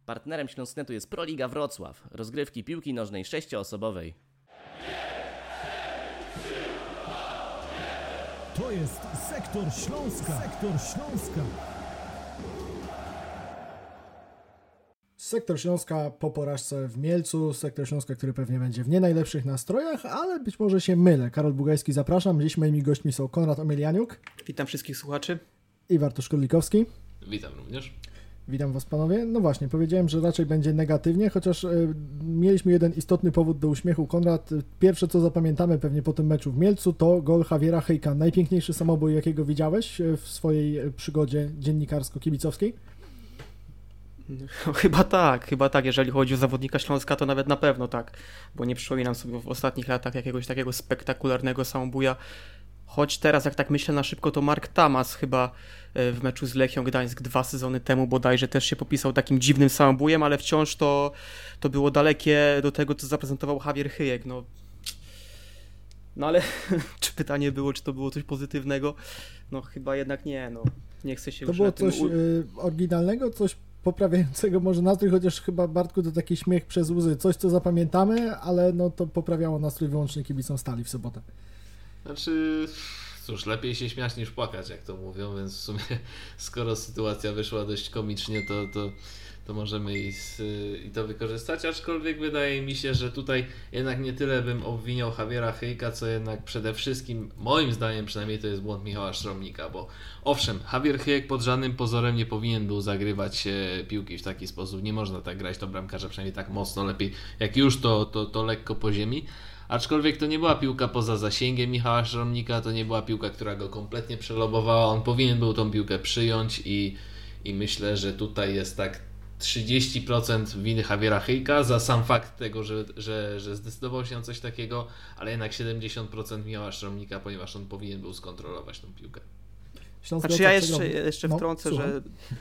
Partnerem Śląsknetu jest Proliga Wrocław, rozgrywki piłki nożnej 6-osobowej. To jest Sektor Śląska. Sektor Śląska. Sektor Śląska po porażce w Mielcu. Sektor Śląska, który pewnie będzie w nie najlepszych nastrojach, ale być może się mylę. Karol Bugajski, zapraszam. Dziś moimi gośćmi są Konrad Omelianiuk. Witam wszystkich słuchaczy. I Bartosz Kurlikowski. Witam również. Witam Was, panowie. No właśnie, powiedziałem, że raczej będzie negatywnie, chociaż mieliśmy jeden istotny powód do uśmiechu. Konrad, pierwsze co zapamiętamy pewnie po tym meczu w Mielcu, to gol Javiera Hejka. Najpiękniejszy samobój, jakiego widziałeś w swojej przygodzie dziennikarsko-kibicowskiej? No, chyba tak. Jeżeli chodzi o zawodnika Śląska, to nawet na pewno tak, bo nie przypominam sobie w ostatnich latach jakiegoś takiego spektakularnego samobuja. Choć teraz, jak tak myślę na szybko, to Mark Tamas chyba w meczu z Lechią Gdańsk 2 sezony temu bodajże też się popisał takim dziwnym samobujem, ale wciąż to było dalekie do tego, co zaprezentował Javier Hyjek. No ale czy pytanie było, czy to było coś pozytywnego? No chyba jednak nie, nie chcę się to już było na tym... coś oryginalnego, coś poprawiającego może nastrój, chociaż chyba, Bartku, to taki śmiech przez łzy, coś co zapamiętamy, ale no to poprawiało nastrój wyłącznie kibicom Stali w sobotę. Znaczy, cóż, lepiej się śmiać niż płakać, jak to mówią, więc w sumie skoro sytuacja wyszła dość komicznie, to możemy i to wykorzystać, aczkolwiek wydaje mi się, że tutaj jednak nie tyle bym obwiniał Javiera Hyjka, co jednak przede wszystkim, moim zdaniem przynajmniej, to jest błąd Michała Szromnika, bo owszem, Javier Hyjek pod żadnym pozorem nie powinien był zagrywać piłki w taki sposób, nie można tak grać do bramkarza, przynajmniej tak mocno, lepiej jak już to lekko po ziemi. Aczkolwiek to nie była piłka poza zasięgiem Michała Szromnika, to nie była piłka, która go kompletnie przelobowała, on powinien był tą piłkę przyjąć i myślę, że tutaj jest tak 30% winy Javiera Hyjka za sam fakt tego, że zdecydował się na coś takiego, ale jednak 70% Michała Szromnika, ponieważ on powinien był skontrolować tą piłkę. Znaczy ja jeszcze wtrącę, że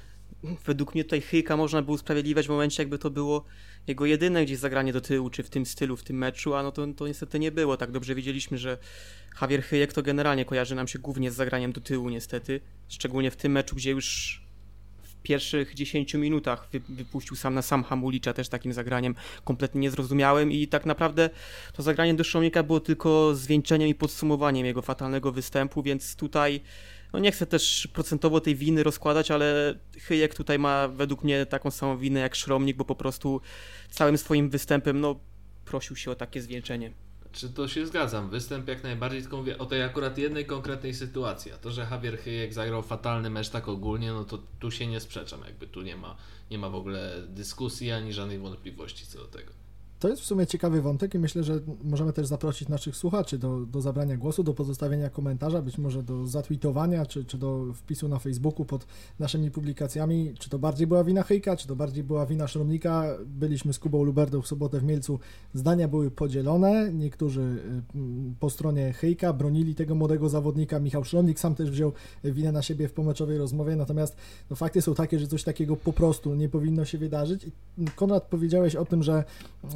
według mnie tutaj Hyjka można było usprawiedliwiać w momencie, jakby to było jego jedyne gdzieś zagranie do tyłu, czy w tym stylu, w tym meczu, a no to niestety nie było. Tak dobrze widzieliśmy, że Javier Hyjek to generalnie kojarzy nam się głównie z zagraniem do tyłu niestety, szczególnie w tym meczu, gdzie już w pierwszych 10 minutach wypuścił sam na sam Hamulicza też takim zagraniem kompletnie niezrozumiałym i tak naprawdę to zagranie do Szromnika było tylko zwieńczeniem i podsumowaniem jego fatalnego występu, więc tutaj nie chcę też procentowo tej winy rozkładać, ale Hyjek tutaj ma według mnie taką samą winę jak Szromnik, bo po prostu całym swoim występem prosił się o takie zwieńczenie. Czy to się zgadzam? Występ jak najbardziej, tylko mówię o tej akurat jednej konkretnej sytuacji. A to, że Javier Hyjek zagrał fatalny mecz tak ogólnie, no to tu się nie sprzeczam. Jakby tu nie ma w ogóle dyskusji ani żadnej wątpliwości co do tego. To jest w sumie ciekawy wątek i myślę, że możemy też zaprosić naszych słuchaczy do zabrania głosu, do pozostawienia komentarza, być może do zatweetowania, czy do wpisu na Facebooku pod naszymi publikacjami, czy to bardziej była wina Hyjka, czy to bardziej była wina Szromnika. Byliśmy z Kubą Luberdą w sobotę w Mielcu, zdania były podzielone, niektórzy po stronie Hyjka bronili tego młodego zawodnika, Michał Szromnik sam też wziął winę na siebie w pomeczowej rozmowie, natomiast fakty są takie, że coś takiego po prostu nie powinno się wydarzyć. I Konrad, powiedziałeś o tym, że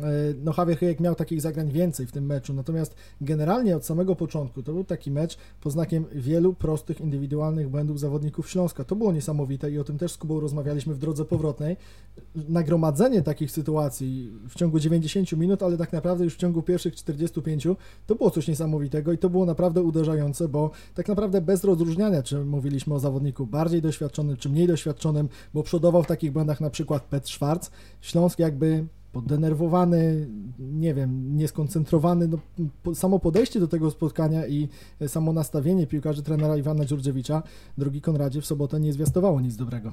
Javier Hyjek miał takich zagrań więcej w tym meczu, natomiast generalnie od samego początku to był taki mecz pod znakiem wielu prostych, indywidualnych błędów zawodników Śląska. To było niesamowite i o tym też z Kubą rozmawialiśmy w drodze powrotnej. Nagromadzenie takich sytuacji w ciągu 90 minut, ale tak naprawdę już w ciągu pierwszych 45 to było coś niesamowitego i to było naprawdę uderzające, bo tak naprawdę bez rozróżniania, czy mówiliśmy o zawodniku bardziej doświadczonym, czy mniej doświadczonym, bo przodował w takich błędach na przykład Petr Schwarz. Śląsk jakby poddenerwowany, nie wiem, nieskoncentrowany, samo podejście do tego spotkania i samo nastawienie piłkarzy trenera Iwana Dziurdziewicza, drogi Konradzie, w sobotę nie zwiastowało nic dobrego.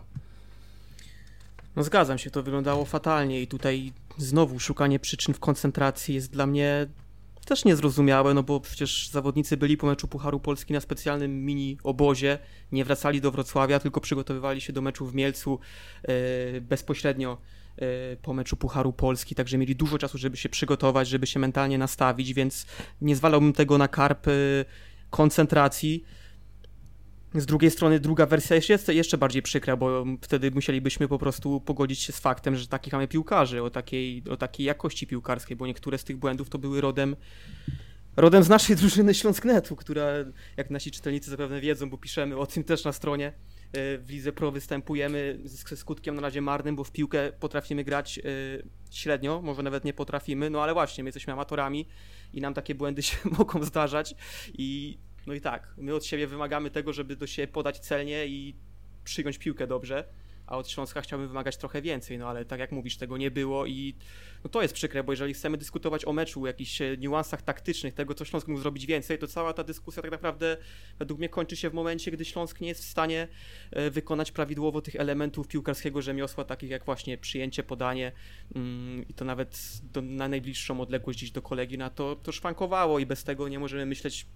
Zgadzam się, to wyglądało fatalnie i tutaj znowu szukanie przyczyn w koncentracji jest dla mnie też niezrozumiałe, bo przecież zawodnicy byli po meczu Pucharu Polski na specjalnym mini obozie, nie wracali do Wrocławia, tylko przygotowywali się do meczu w Mielcu bezpośrednio po meczu Pucharu Polski, także mieli dużo czasu, żeby się przygotować, żeby się mentalnie nastawić, więc nie zwalałbym tego na karp koncentracji. Z drugiej strony druga wersja jest jeszcze bardziej przykra, bo wtedy musielibyśmy po prostu pogodzić się z faktem, że takich mamy piłkarzy o takiej jakości piłkarskiej, bo niektóre z tych błędów to były rodem z naszej drużyny Śląsknetu, która, jak nasi czytelnicy zapewne wiedzą, bo piszemy o tym też na stronie, w Lidze Pro występujemy ze skutkiem na razie marnym, bo w piłkę potrafimy grać średnio, może nawet nie potrafimy, no ale właśnie, my jesteśmy amatorami i nam takie błędy się mogą zdarzać no i tak, my od siebie wymagamy tego, żeby do siebie podać celnie i przyjąć piłkę dobrze, a od Śląska chciałbym wymagać trochę więcej, no ale tak jak mówisz, tego nie było i no to jest przykre, bo jeżeli chcemy dyskutować o meczu, o jakichś niuansach taktycznych, tego co Śląsk mógł zrobić więcej, to cała ta dyskusja tak naprawdę według mnie kończy się w momencie, gdy Śląsk nie jest w stanie wykonać prawidłowo tych elementów piłkarskiego rzemiosła, takich jak właśnie przyjęcie, podanie i to nawet na najbliższą odległość gdzieś do kolegi, no to szwankowało i bez tego nie możemy myśleć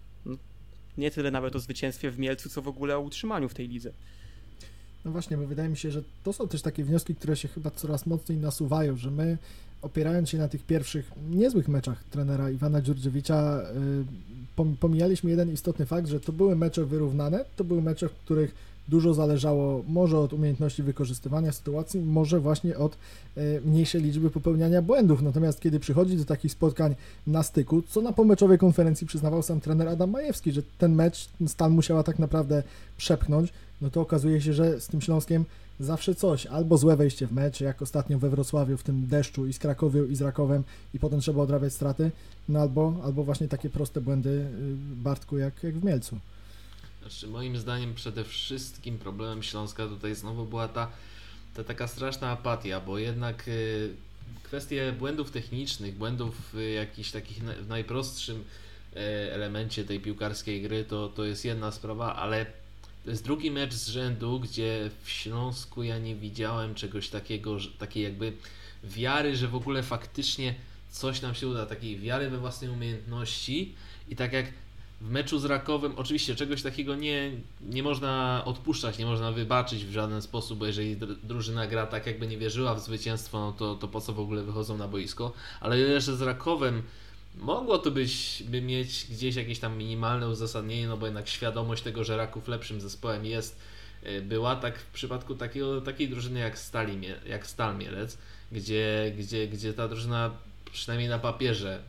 nie tyle nawet o zwycięstwie w Mielcu, co w ogóle o utrzymaniu w tej lidze. No właśnie, bo wydaje mi się, że to są też takie wnioski, które się chyba coraz mocniej nasuwają, że my, opierając się na tych pierwszych niezłych meczach trenera Iwana Dżurdżewicza, pomijaliśmy jeden istotny fakt, że to były mecze wyrównane, to były mecze, w których dużo zależało może od umiejętności wykorzystywania sytuacji, może właśnie od mniejszej liczby popełniania błędów. Natomiast kiedy przychodzi do takich spotkań na styku, co na pomeczowej konferencji przyznawał sam trener Adam Majewski, że ten mecz Stal musiała tak naprawdę przepchnąć, no to okazuje się, że z tym Śląskiem zawsze coś, albo złe wejście w mecz, jak ostatnio we Wrocławiu w tym deszczu i z Krakowią i z Rakowem i potem trzeba odrabiać straty, no albo właśnie takie proste błędy, Bartku, jak w Mielcu. Znaczy, moim zdaniem przede wszystkim problemem Śląska tutaj znowu była ta taka straszna apatia, bo jednak kwestie błędów technicznych, błędów jakichś takich w najprostszym elemencie tej piłkarskiej gry to jest jedna sprawa, ale to jest drugi mecz z rzędu, gdzie w Śląsku ja nie widziałem czegoś takiego, takiej jakby wiary, że w ogóle faktycznie coś nam się uda, takiej wiary we własnej umiejętności i tak jak w meczu z Rakowem oczywiście czegoś takiego nie można odpuszczać, nie można wybaczyć w żaden sposób, bo jeżeli drużyna gra tak jakby nie wierzyła w zwycięstwo, no to po co w ogóle wychodzą na boisko, ale jeszcze z Rakowem mogło to by mieć gdzieś jakieś tam minimalne uzasadnienie, no bo jednak świadomość tego, że Raków lepszym zespołem jest, była tak w przypadku takiej drużyny jak Stal Mielec, gdzie ta drużyna przynajmniej na papierze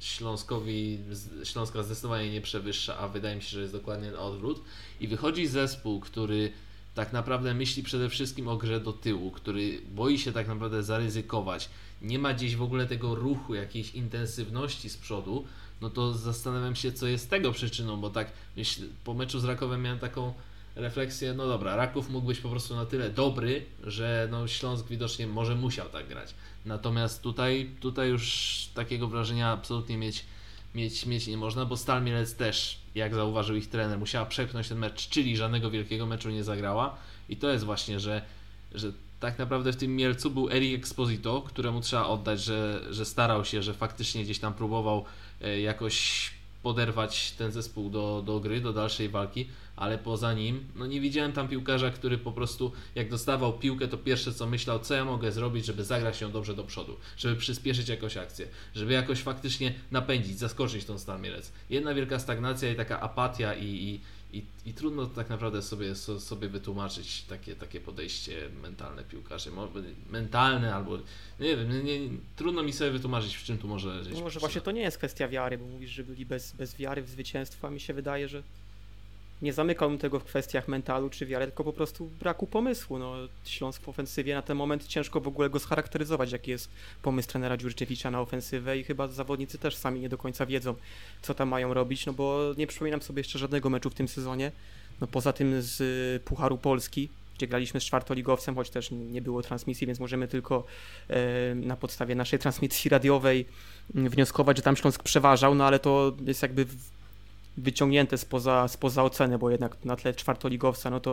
Śląska zdecydowanie nie przewyższa, a wydaje mi się, że jest dokładnie na odwrót i wychodzi zespół, który tak naprawdę myśli przede wszystkim o grze do tyłu, który boi się tak naprawdę zaryzykować, nie ma gdzieś w ogóle tego ruchu, jakiejś intensywności z przodu, no to zastanawiam się, co jest tego przyczyną, bo tak po meczu z Rakowem miałem taką refleksję, no dobra, Raków mógł być po prostu na tyle dobry, że no Śląsk widocznie może musiał tak grać. Natomiast tutaj już takiego wrażenia absolutnie mieć nie można, bo Stal Mielec też, jak zauważył ich trener, musiała przepchnąć ten mecz, czyli żadnego wielkiego meczu nie zagrała i to jest właśnie, że tak naprawdę w tym Mielcu był Eric Exposito, któremu trzeba oddać, że starał się, że faktycznie gdzieś tam próbował jakoś poderwać ten zespół do gry, do dalszej walki, ale poza nim, no nie widziałem tam piłkarza, który po prostu jak dostawał piłkę, to pierwsze co myślał, co ja mogę zrobić, żeby zagrać ją dobrze do przodu, żeby przyspieszyć jakoś akcję, żeby jakoś faktycznie napędzić, zaskoczyć tą Stal Mielec. Jedna wielka stagnacja i taka apatia i trudno tak naprawdę sobie wytłumaczyć takie podejście mentalne piłkarzy. Mentalne albo nie wiem, trudno mi sobie wytłumaczyć, w czym tu może leżeć. No może właśnie to nie jest kwestia wiary, bo mówisz, że byli bez wiary w zwycięstwo, a mi się wydaje, że nie zamykałbym tego w kwestiach mentalu czy wiary, tylko po prostu braku pomysłu. No, Śląsk w ofensywie na ten moment ciężko w ogóle go scharakteryzować, jaki jest pomysł trenera Dżurdżewicza na ofensywę i chyba zawodnicy też sami nie do końca wiedzą, co tam mają robić, no bo nie przypominam sobie jeszcze żadnego meczu w tym sezonie, no poza tym z Pucharu Polski, gdzie graliśmy z czwartoligowcem, choć też nie było transmisji, więc możemy tylko na podstawie naszej transmisji radiowej wnioskować, że tam Śląsk przeważał, no ale to jest jakby wyciągnięte spoza oceny, bo jednak na tle czwartoligowca, no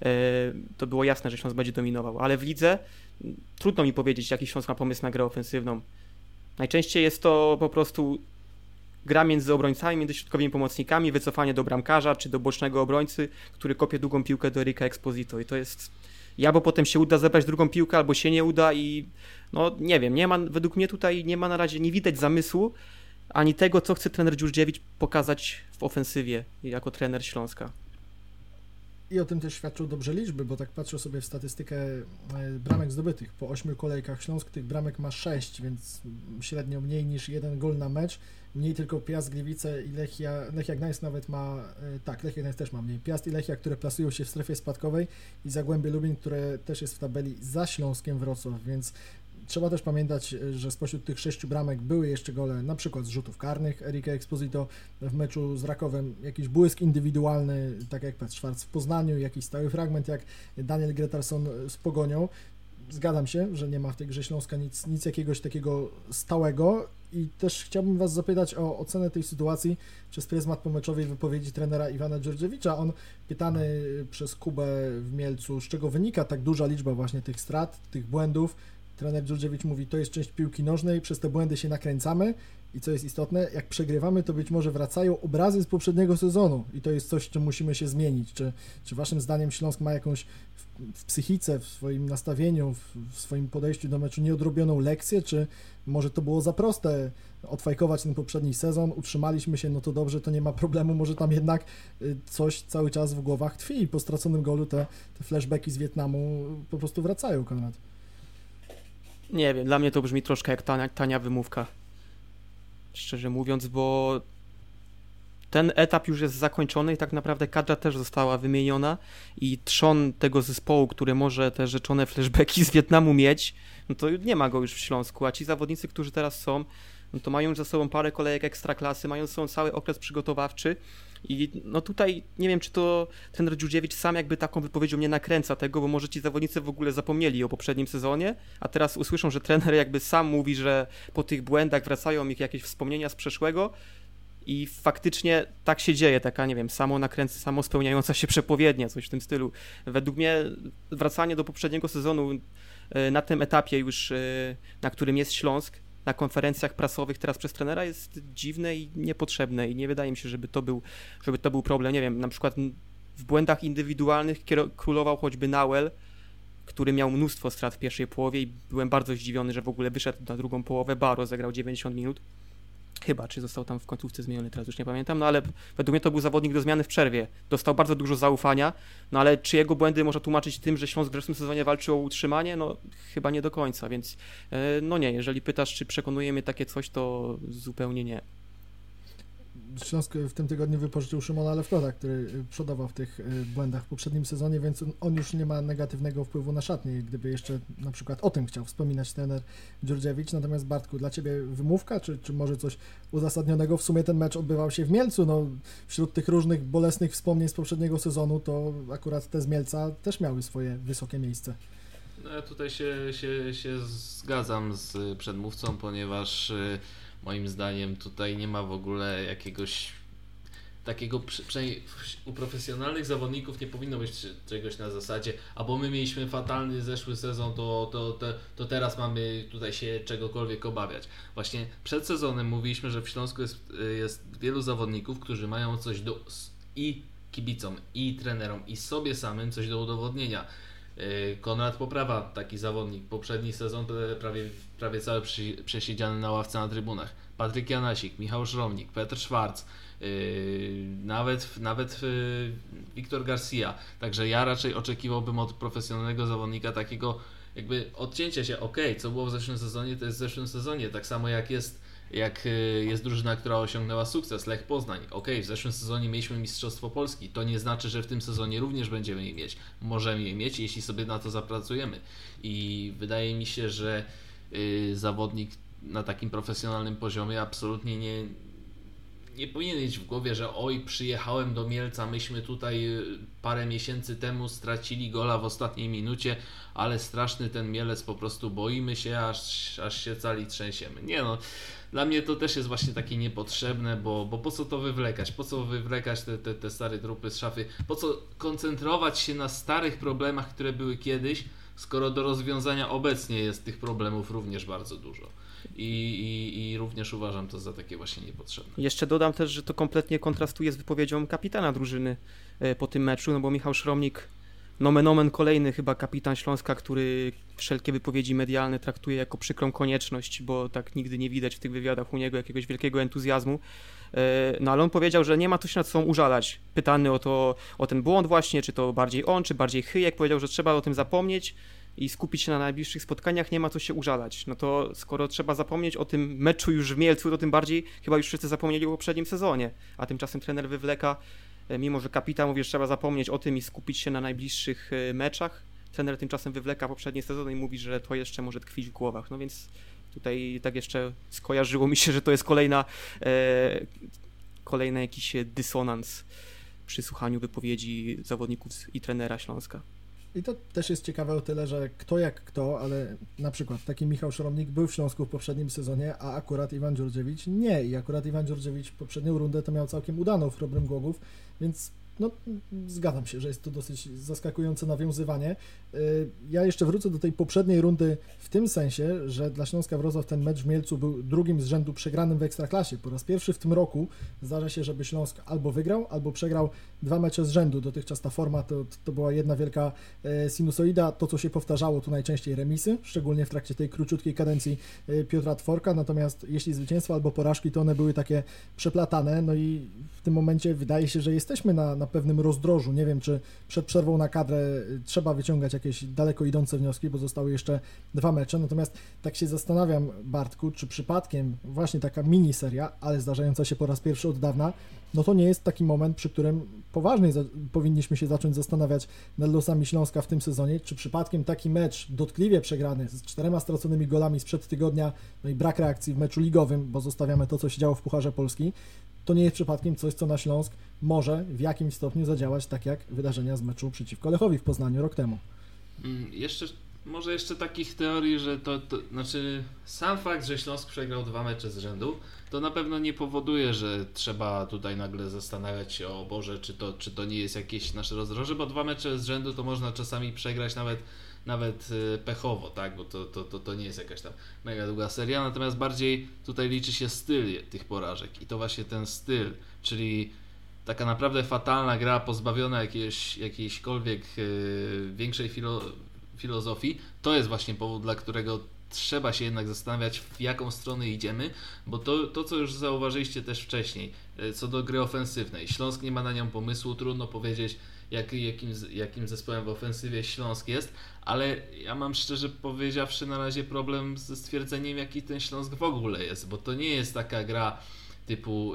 to było jasne, że Śląsk będzie dominował, ale w lidze trudno mi powiedzieć, jaki Śląsk ma pomysł na grę ofensywną. Najczęściej jest to po prostu gra między obrońcami, między środkowymi pomocnikami, wycofanie do bramkarza czy do bocznego obrońcy, który kopie długą piłkę do Erica Exposito i to jest albo potem się uda zebrać drugą piłkę, albo się nie uda i no nie wiem, według mnie tutaj nie ma na razie, nie widać zamysłu, ani tego, co chce trener Dżurdżewicz pokazać w ofensywie jako trener Śląska. I o tym też świadczą dobrze liczby, bo tak patrzę sobie w statystykę bramek zdobytych. Po 8 kolejkach Śląsk tych bramek ma 6, więc średnio mniej niż 1 gol na mecz. Mniej tylko Piast, Gliwice i Lechia Gdańsk nawet ma, Lechia Gdańsk też ma mniej. Piast i Lechia, które plasują się w strefie spadkowej i Zagłębie Lubin, które też jest w tabeli za Śląskiem Wrocław, więc trzeba też pamiętać, że spośród tych 6 bramek były jeszcze gole na przykład z rzutów karnych Erika Exposito w meczu z Rakowem, jakiś błysk indywidualny, tak jak Piotr Szwarc w Poznaniu, jakiś stały fragment jak Daniel Gretarsson z Pogonią. Zgadzam się, że nie ma w tej grze Śląska nic jakiegoś takiego stałego i też chciałbym Was zapytać o ocenę tej sytuacji przez pryzmat pomeczowej wypowiedzi trenera Iwana Dżurdżewicza. On pytany przez Kubę w Mielcu, z czego wynika tak duża liczba właśnie tych strat, tych błędów. Trener Dżurdżewicz mówi, to jest część piłki nożnej, przez te błędy się nakręcamy i co jest istotne, jak przegrywamy, to być może wracają obrazy z poprzedniego sezonu i to jest coś, czym musimy się zmienić. Czy Waszym zdaniem Śląsk ma jakąś w psychice, w swoim nastawieniu, w swoim podejściu do meczu nieodrobioną lekcję, czy może to było za proste odfajkować ten poprzedni sezon, utrzymaliśmy się, no to dobrze, to nie ma problemu, może tam jednak coś cały czas w głowach tkwi i po straconym golu te flashbacki z Wietnamu po prostu wracają, Konrad. Nie wiem, dla mnie to brzmi troszkę jak tania wymówka, szczerze mówiąc, bo ten etap już jest zakończony i tak naprawdę kadra też została wymieniona i trzon tego zespołu, który może te rzeczone flashbacki z Wietnamu mieć, no to nie ma go już w Śląsku, a ci zawodnicy, którzy teraz są, no to mają już za sobą parę kolejek ekstraklasy, mają za sobą cały okres przygotowawczy i no tutaj nie wiem, czy to trener Dżurdżewicz sam jakby taką wypowiedzią nie nakręca tego, bo może ci zawodnicy w ogóle zapomnieli o poprzednim sezonie, a teraz usłyszą, że trener jakby sam mówi, że po tych błędach wracają ich jakieś wspomnienia z przeszłego i faktycznie tak się dzieje, taka, nie wiem, samospełniająca się przepowiednia, coś w tym stylu. Według mnie wracanie do poprzedniego sezonu na tym etapie już, na którym jest Śląsk, na konferencjach prasowych teraz przez trenera jest dziwne i niepotrzebne i nie wydaje mi się, żeby to był problem. Nie wiem, na przykład w błędach indywidualnych królował choćby Nauel, który miał mnóstwo strat w pierwszej połowie i byłem bardzo zdziwiony, że w ogóle wyszedł na drugą połowę. Baro zagrał 90 minut. Chyba, czy został tam w końcówce zmieniony, teraz już nie pamiętam, no ale według mnie to był zawodnik do zmiany w przerwie. Dostał bardzo dużo zaufania, no ale czy jego błędy można tłumaczyć tym, że Śląsk w zeszłym sezonie walczył o utrzymanie? No chyba nie do końca, więc no nie, jeżeli pytasz, czy przekonuje mnie takie coś, to zupełnie nie. Śląsk w tym tygodniu wypożyczył Szymona Lewkota, który przodował w tych błędach w poprzednim sezonie, więc on już nie ma negatywnego wpływu na szatnię, gdyby jeszcze na przykład o tym chciał wspominać trener Dżurdżewicz. Natomiast Bartku, dla Ciebie wymówka, czy może coś uzasadnionego? W sumie ten mecz odbywał się w Mielcu, no wśród tych różnych bolesnych wspomnień z poprzedniego sezonu, to akurat te z Mielca też miały swoje wysokie miejsce. No ja tutaj się zgadzam z przedmówcą, ponieważ moim zdaniem tutaj nie ma w ogóle jakiegoś takiego, przynajmniej u profesjonalnych zawodników nie powinno być czegoś na zasadzie, albo my mieliśmy fatalny zeszły sezon, to teraz mamy tutaj się czegokolwiek obawiać. Właśnie przed sezonem mówiliśmy, że w Śląsku jest wielu zawodników, którzy mają coś i kibicom, i trenerom, i sobie samym coś do udowodnienia. Konrad Poprawa, taki zawodnik, poprzedni sezon to prawie cały przesiedziany na ławce na trybunach. Patryk Janasik, Michał Szromnik, Petr Szwarc, nawet Wiktor Garcia. Także ja raczej oczekiwałbym od profesjonalnego zawodnika takiego jakby odcięcia się, co było w zeszłym sezonie, to jest w zeszłym sezonie, tak samo jak jest drużyna, która osiągnęła sukces, Lech Poznań. W zeszłym sezonie mieliśmy Mistrzostwo Polski. To nie znaczy, że w tym sezonie również będziemy je mieć. Możemy je mieć, jeśli sobie na to zapracujemy. I wydaje mi się, że zawodnik na takim profesjonalnym poziomie absolutnie nie powinien mieć w głowie, że przyjechałem do Mielca, myśmy tutaj parę miesięcy temu stracili gola w ostatniej minucie, ale straszny ten Mielec, po prostu boimy się, aż się cali trzęsiemy. Nie no, dla mnie to też jest właśnie takie niepotrzebne, bo po co to wywlekać? Po co wywlekać te stare trupy z szafy? Po co koncentrować się na starych problemach, które były kiedyś, skoro do rozwiązania obecnie jest tych problemów również bardzo dużo. I również uważam to za takie właśnie niepotrzebne. Jeszcze dodam też, że to kompletnie kontrastuje z wypowiedzią kapitana drużyny po tym meczu, no bo Michał Szromnik nomen omen kolejny chyba kapitan Śląska, który wszelkie wypowiedzi medialne traktuje jako przykrą konieczność, bo tak nigdy nie widać w tych wywiadach u niego jakiegoś wielkiego entuzjazmu. No ale on powiedział, że nie ma tu się nad sobą użalać. Pytany o ten błąd właśnie, czy to bardziej on, czy bardziej Chyjek, powiedział, że trzeba o tym zapomnieć i skupić się na najbliższych spotkaniach, nie ma co się użalać. No to skoro trzeba zapomnieć o tym meczu już w Mielcu, to tym bardziej chyba już wszyscy zapomnieli o poprzednim sezonie, a tymczasem trener Wywleka, mimo że kapitan mówi, że trzeba zapomnieć o tym i skupić się na najbliższych meczach, trener tymczasem Wywleka poprzednie sezony i mówi, że to jeszcze może tkwić w głowach. No więc tutaj tak jeszcze skojarzyło mi się, że to jest kolejny jakiś dysonans przy słuchaniu wypowiedzi zawodników i trenera Śląska. I to też jest ciekawe o tyle, że kto jak kto, ale na przykład taki Michał Szoromnik był w Śląsku w poprzednim sezonie, a akurat Iwan Dziurdziewicz nie. I akurat Iwan Dziurdziewicz poprzednią rundę to miał całkiem udaną w Chrobrym Głogów, więc no, zgadzam się, że jest to dosyć zaskakujące nawiązywanie. Ja jeszcze wrócę do tej poprzedniej rundy w tym sensie, że dla Śląska Wrocław ten mecz w Mielcu był drugim z rzędu przegranym w Ekstraklasie. Po raz pierwszy w tym roku zdarza się, żeby Śląsk albo wygrał, albo przegrał 2 mecze z rzędu. Dotychczas ta forma to była jedna wielka sinusoida. To, co się powtarzało, to najczęściej remisy, szczególnie w trakcie tej króciutkiej kadencji Piotra Tworka. Natomiast jeśli zwycięstwa albo porażki, to one były takie przeplatane. No i w tym momencie wydaje się, że jesteśmy na pewnym rozdrożu. Nie wiem, czy przed przerwą na kadrę trzeba wyciągać jakieś daleko idące wnioski, bo zostały jeszcze 2 mecze. Natomiast tak się zastanawiam, Bartku, czy przypadkiem właśnie taka miniseria, ale zdarzająca się po raz pierwszy od dawna, no to nie jest taki moment, przy którym poważniej powinniśmy się zacząć zastanawiać nad losami Śląska w tym sezonie, czy przypadkiem taki mecz dotkliwie przegrany z 4 straconymi golami sprzed tygodnia, no i brak reakcji w meczu ligowym, bo zostawiamy to, co się działo w Pucharze Polski, to nie jest przypadkiem coś, co na Śląsk może w jakimś stopniu zadziałać, tak jak wydarzenia z meczu przeciwko Lechowi w Poznaniu rok temu. Może jeszcze takich teorii, że to znaczy sam fakt, że Śląsk przegrał 2 mecze z rzędu, to na pewno nie powoduje, że trzeba tutaj nagle zastanawiać się, o Boże, czy to nie jest jakieś nasze rozdroże, bo 2 mecze z rzędu to można czasami przegrać nawet pechowo, tak, bo to nie jest jakaś tam mega długa seria, natomiast bardziej tutaj liczy się styl tych porażek i to właśnie ten styl, czyli taka naprawdę fatalna gra pozbawiona jakiejśkolwiek większej filozofii, to jest właśnie powód, dla którego trzeba się jednak zastanawiać, w jaką stronę idziemy, bo to co już zauważyliście też wcześniej, co do gry ofensywnej. Śląsk nie ma na nią pomysłu, trudno powiedzieć, jakim zespołem w ofensywie Śląsk jest, ale ja mam szczerze powiedziawszy na razie problem ze stwierdzeniem, jaki ten Śląsk w ogóle jest, bo to nie jest taka gra typu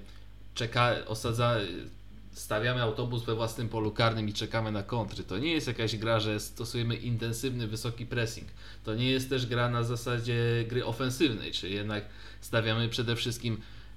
stawiamy autobus we własnym polu karnym i czekamy na kontry. To nie jest jakaś gra, że stosujemy intensywny, wysoki pressing. To nie jest też gra na zasadzie gry ofensywnej, czyli jednak stawiamy przede wszystkim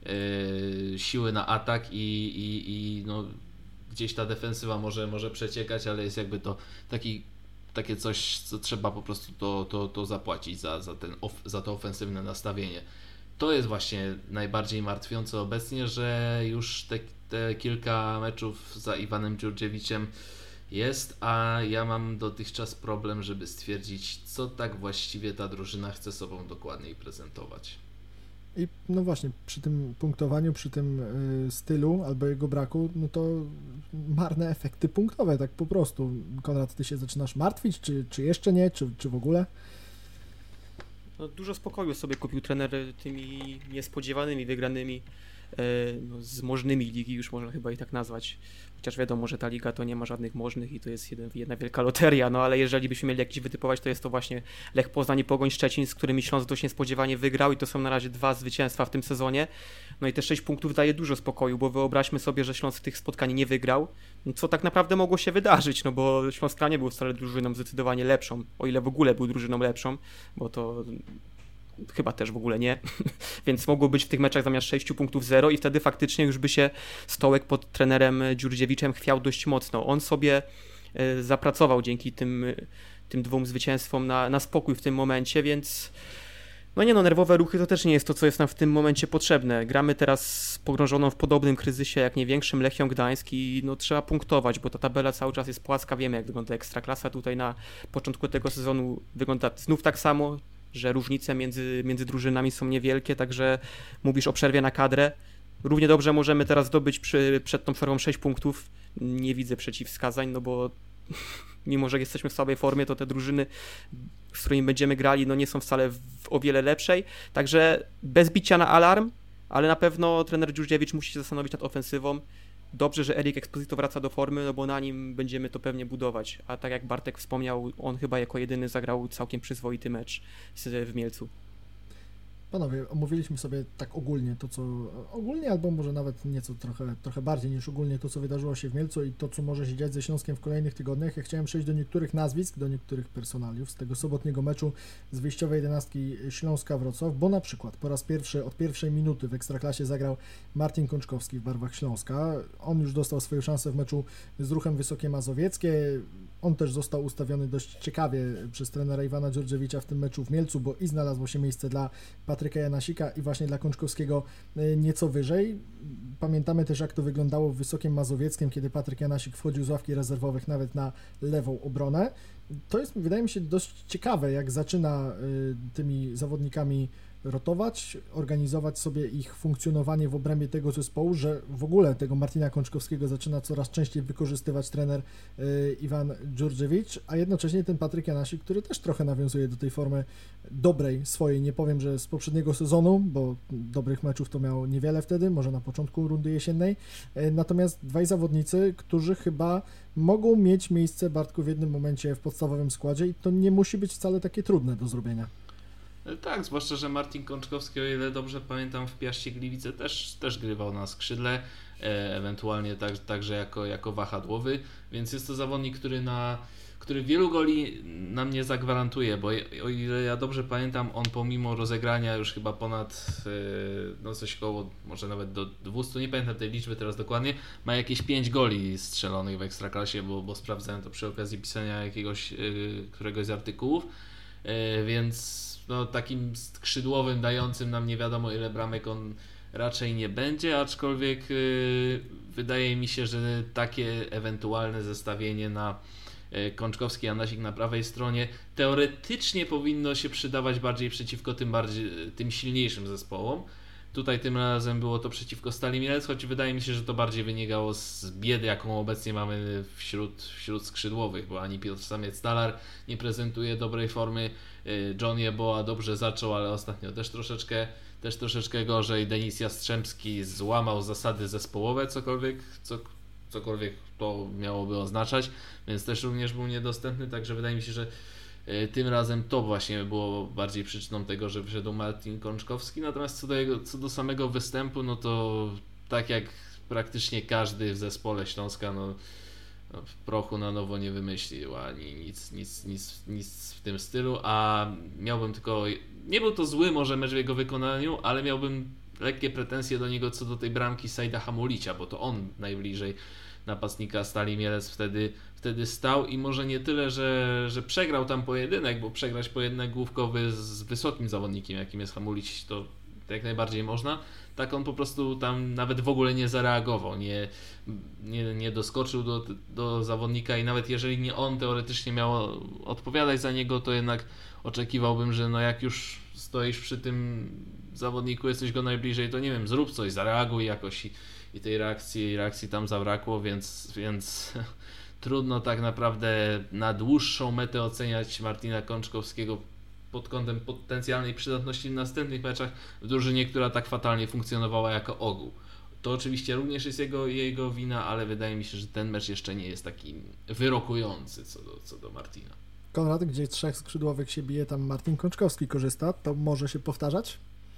siły na atak i no, gdzieś ta defensywa może przeciekać, ale jest jakby to takie coś, co trzeba po prostu to zapłacić za to ofensywne nastawienie. To jest właśnie najbardziej martwiące obecnie, że już te kilka meczów za Iwanem Dziurdziewiczem jest, a ja mam dotychczas problem, żeby stwierdzić, co tak właściwie ta drużyna chce sobą dokładniej prezentować. I no właśnie, przy tym punktowaniu, przy tym stylu albo jego braku, no to marne efekty punktowe, tak po prostu. Konrad, ty się zaczynasz martwić, czy jeszcze nie, czy w ogóle? No, dużo spokoju sobie kupił trener tymi niespodziewanymi wygranymi z możnymi ligi, już można chyba i tak nazwać. Chociaż wiadomo, że ta liga to nie ma żadnych możnych i to jest jedna wielka loteria, no ale jeżeli byśmy mieli jakiś wytypować, to jest to właśnie Lech Poznań i Pogoń Szczecin, z którymi Śląsk dość niespodziewanie wygrał i to są na razie 2 zwycięstwa w tym sezonie. No i te 6 punktów daje dużo spokoju, bo wyobraźmy sobie, że Śląsk tych spotkań nie wygrał, co tak naprawdę mogło się wydarzyć, no bo Śląsk nie był wcale drużyną zdecydowanie lepszą, o ile w ogóle był drużyną lepszą, bo to chyba też w ogóle nie, więc mogło być w tych meczach zamiast 6 punktów 0 i wtedy faktycznie już by się Stołek pod trenerem Dziurdziewiczem chwiał dość mocno. On sobie zapracował dzięki tym 2 zwycięstwom na spokój w tym momencie, więc nerwowe ruchy to też nie jest to, co jest nam w tym momencie potrzebne. Gramy teraz pogrążoną w podobnym kryzysie jak nie większym Lechią Gdańsk i trzeba punktować, bo ta tabela cały czas jest płaska, wiemy jak wygląda Ekstraklasa, tutaj na początku tego sezonu wygląda znów tak samo, że różnice między drużynami są niewielkie, także mówisz o przerwie na kadrę. Równie dobrze możemy teraz zdobyć przed tą przerwą 6 punktów. Nie widzę przeciwwskazań, no bo mimo że jesteśmy w słabej formie, to te drużyny, z którymi będziemy grali, no nie są wcale o wiele lepszej. Także bez bicia na alarm, ale na pewno trener Dżurdżewicz musi się zastanowić nad ofensywą. Dobrze, że Erik Exposito wraca do formy, no bo na nim będziemy to pewnie budować. A tak jak Bartek wspomniał, on chyba jako jedyny zagrał całkiem przyzwoity mecz w Mielcu. Panowie, omówiliśmy sobie tak ogólnie to, co ogólnie, albo może nawet nieco trochę bardziej niż ogólnie to, co wydarzyło się w Mielcu i to, co może się dziać ze Śląskiem w kolejnych tygodniach. Ja chciałem przejść do niektórych nazwisk, do niektórych personaliów z tego sobotniego meczu z wyjściowej 11 Śląska-Wrocław, bo na przykład po raz pierwszy od pierwszej minuty w Ekstraklasie zagrał Martin Kączkowski w barwach Śląska. On już dostał swoją szansę w meczu z Ruchem Wysokie Mazowieckie. On też został ustawiony dość ciekawie przez trenera Iwana Dżurdżewicza w tym meczu w Mielcu, bo i znalazło się miejsce dla Patryka Janasika i właśnie dla Kączkowskiego nieco wyżej. Pamiętamy też, jak to wyglądało w Wysokim Mazowieckiem, kiedy Patryk Janasik wchodził z ławki rezerwowych nawet na lewą obronę. To jest, wydaje mi się, dość ciekawe, jak zaczyna tymi zawodnikami rotować, organizować sobie ich funkcjonowanie w obrębie tego zespołu, że w ogóle tego Martina Kączkowskiego zaczyna coraz częściej wykorzystywać trener Iwan Dżurdżewicz, a jednocześnie ten Patryk Janasik, który też trochę nawiązuje do tej formy dobrej swojej, nie powiem, że z poprzedniego sezonu, bo dobrych meczów to miał niewiele wtedy, może na początku rundy jesiennej, natomiast dwaj zawodnicy, którzy chyba mogą mieć miejsce, Bartku, w jednym momencie w podstawowym składzie i to nie musi być wcale takie trudne do zrobienia. Tak, zwłaszcza, że Martin Kączkowski, o ile dobrze pamiętam, w Piaście Gliwice też grywał na skrzydle, ewentualnie także jako wahadłowy, więc jest to zawodnik, który wielu goli nam nie zagwarantuje, bo o ile ja dobrze pamiętam, on pomimo rozegrania już chyba ponad coś koło, może nawet do 200, nie pamiętam tej liczby teraz dokładnie, ma jakieś 5 goli strzelonych w Ekstraklasie, bo sprawdzałem to przy okazji pisania któregoś z artykułów, więc no, takim skrzydłowym dającym nam nie wiadomo ile bramek on raczej nie będzie, aczkolwiek wydaje mi się, że takie ewentualne zestawienie na Kączkowski, Janasik na prawej stronie teoretycznie powinno się przydawać bardziej przeciwko tym silniejszym zespołom. Tutaj tym razem było to przeciwko Stali Mielec, choć wydaje mi się, że to bardziej wynikało z biedy, jaką obecnie mamy wśród skrzydłowych, bo ani Piotr Samiec-Talar nie prezentuje dobrej formy, John Jeboa dobrze zaczął, ale ostatnio też troszeczkę gorzej, Denis Jastrzębski złamał zasady zespołowe, cokolwiek to miałoby oznaczać, więc też również był niedostępny, także wydaje mi się, że tym razem to właśnie było bardziej przyczyną tego, że wyszedł Martin Kączkowski, natomiast co do samego występu, no to tak jak praktycznie każdy w zespole Śląska, no w prochu na nowo nie wymyślił ani nic w tym stylu, a miałbym tylko, nie był to zły może mecz w jego wykonaniu, ale miałbym lekkie pretensje do niego co do tej bramki Sajda Hamulicia, bo to on najbliżej napastnika Stali Mielec wtedy stał i może nie tyle, że przegrał tam pojedynek, bo przegrać pojedynek główkowy z wysokim zawodnikiem, jakim jest Hamulić, to jak najbardziej można. Tak on po prostu tam nawet w ogóle nie zareagował, nie doskoczył do zawodnika i nawet jeżeli nie on teoretycznie miał odpowiadać za niego, to jednak oczekiwałbym, że no jak już stoisz przy tym zawodniku, jesteś go najbliżej, to nie wiem, zrób coś, zareaguj jakoś i tej reakcji tam zabrakło, więc trudno tak naprawdę na dłuższą metę oceniać Martina Kączkowskiego pod kątem potencjalnej przydatności w następnych meczach w drużynie, która tak fatalnie funkcjonowała jako ogół. To oczywiście również jest jego wina, ale wydaje mi się, że ten mecz jeszcze nie jest taki wyrokujący co do Martina. Konrad, gdzie 3 skrzydłowych się bije, tam Martin Kączkowski korzysta, to może się powtarzać?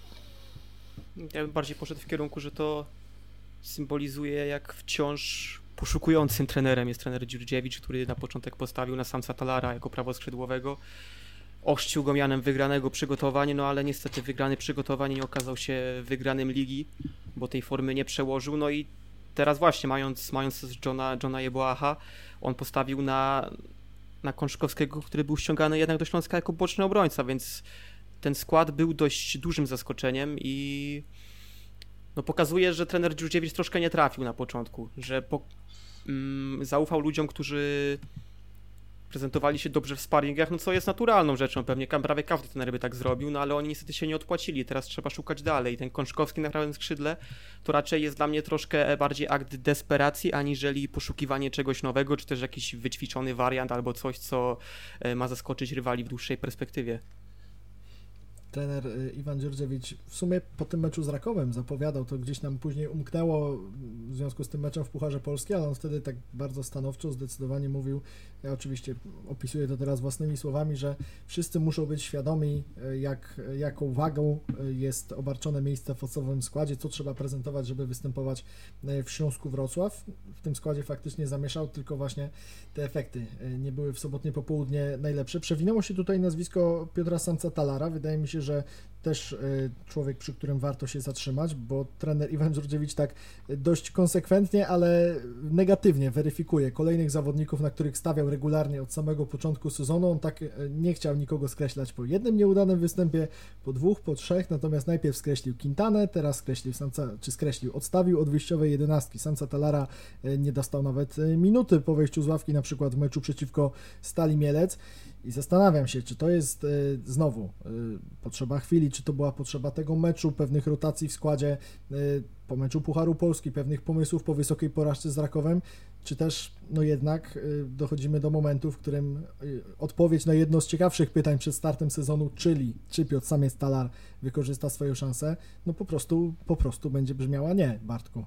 Ja bym bardziej poszedł w kierunku, że to symbolizuje, jak wciąż poszukującym trenerem jest trener Dżurdżewicz, który na początek postawił na Samca Talara jako prawoskrzydłowego. Ochrzcił go mianem wygranego przygotowań, no ale niestety wygrany przygotowań nie okazał się wygranym ligi, bo tej formy nie przełożył. No i teraz właśnie, mając Johna Jeboaha, on postawił na Kączkowskiego, który był ściągany jednak do Śląska jako boczny obrońca, więc ten skład był dość dużym zaskoczeniem i no pokazuje, że trener Dżurdżewicz troszkę nie trafił na początku, że zaufał ludziom, którzy prezentowali się dobrze w sparringach, no co jest naturalną rzeczą, pewnie prawie każdy trener by tak zrobił, no ale oni niestety się nie odpłacili, teraz trzeba szukać dalej. Ten Kączkowski na prawym skrzydle to raczej jest dla mnie troszkę bardziej akt desperacji, aniżeli poszukiwanie czegoś nowego, czy też jakiś wyćwiczony wariant albo coś, co ma zaskoczyć rywali w dłuższej perspektywie. Trener Iwan Dziurdziewicz w sumie po tym meczu z Rakowem zapowiadał, to gdzieś nam później umknęło w związku z tym meczem w Pucharze Polski, ale on wtedy tak bardzo stanowczo, zdecydowanie mówił, ja oczywiście opisuję to teraz własnymi słowami, że wszyscy muszą być świadomi, jaką wagą jest obarczone miejsce w podstawowym składzie, co trzeba prezentować, żeby występować w Śląsku Wrocław. W tym składzie faktycznie zamieszał, tylko właśnie te efekty nie były w sobotnie popołudnie najlepsze. Przewinęło się tutaj nazwisko Piotra Samca-Talara. Wydaje mi się, że też człowiek, przy którym warto się zatrzymać, bo trener Iwan Dziurdziewicz tak dość konsekwentnie, ale negatywnie weryfikuje kolejnych zawodników, na których stawiał regularnie od samego początku sezonu. On tak nie chciał nikogo skreślać po jednym nieudanym występie, po dwóch, po trzech, natomiast najpierw skreślił Quintanę, teraz odstawił od wyjściowej 11. Samca-Talara nie dostał nawet minuty po wejściu z ławki, na przykład w meczu przeciwko Stali Mielec. I zastanawiam się, czy to jest znowu potrzeba chwili, czy to była potrzeba tego meczu, pewnych rotacji w składzie po meczu Pucharu Polski, pewnych pomysłów po wysokiej porażce z Rakowem, czy też jednak dochodzimy do momentu, w którym odpowiedź na jedno z ciekawszych pytań przed startem sezonu, czyli czy Piotr Samiec-Talar wykorzysta swoją szansę, po prostu będzie brzmiała nie, Bartku.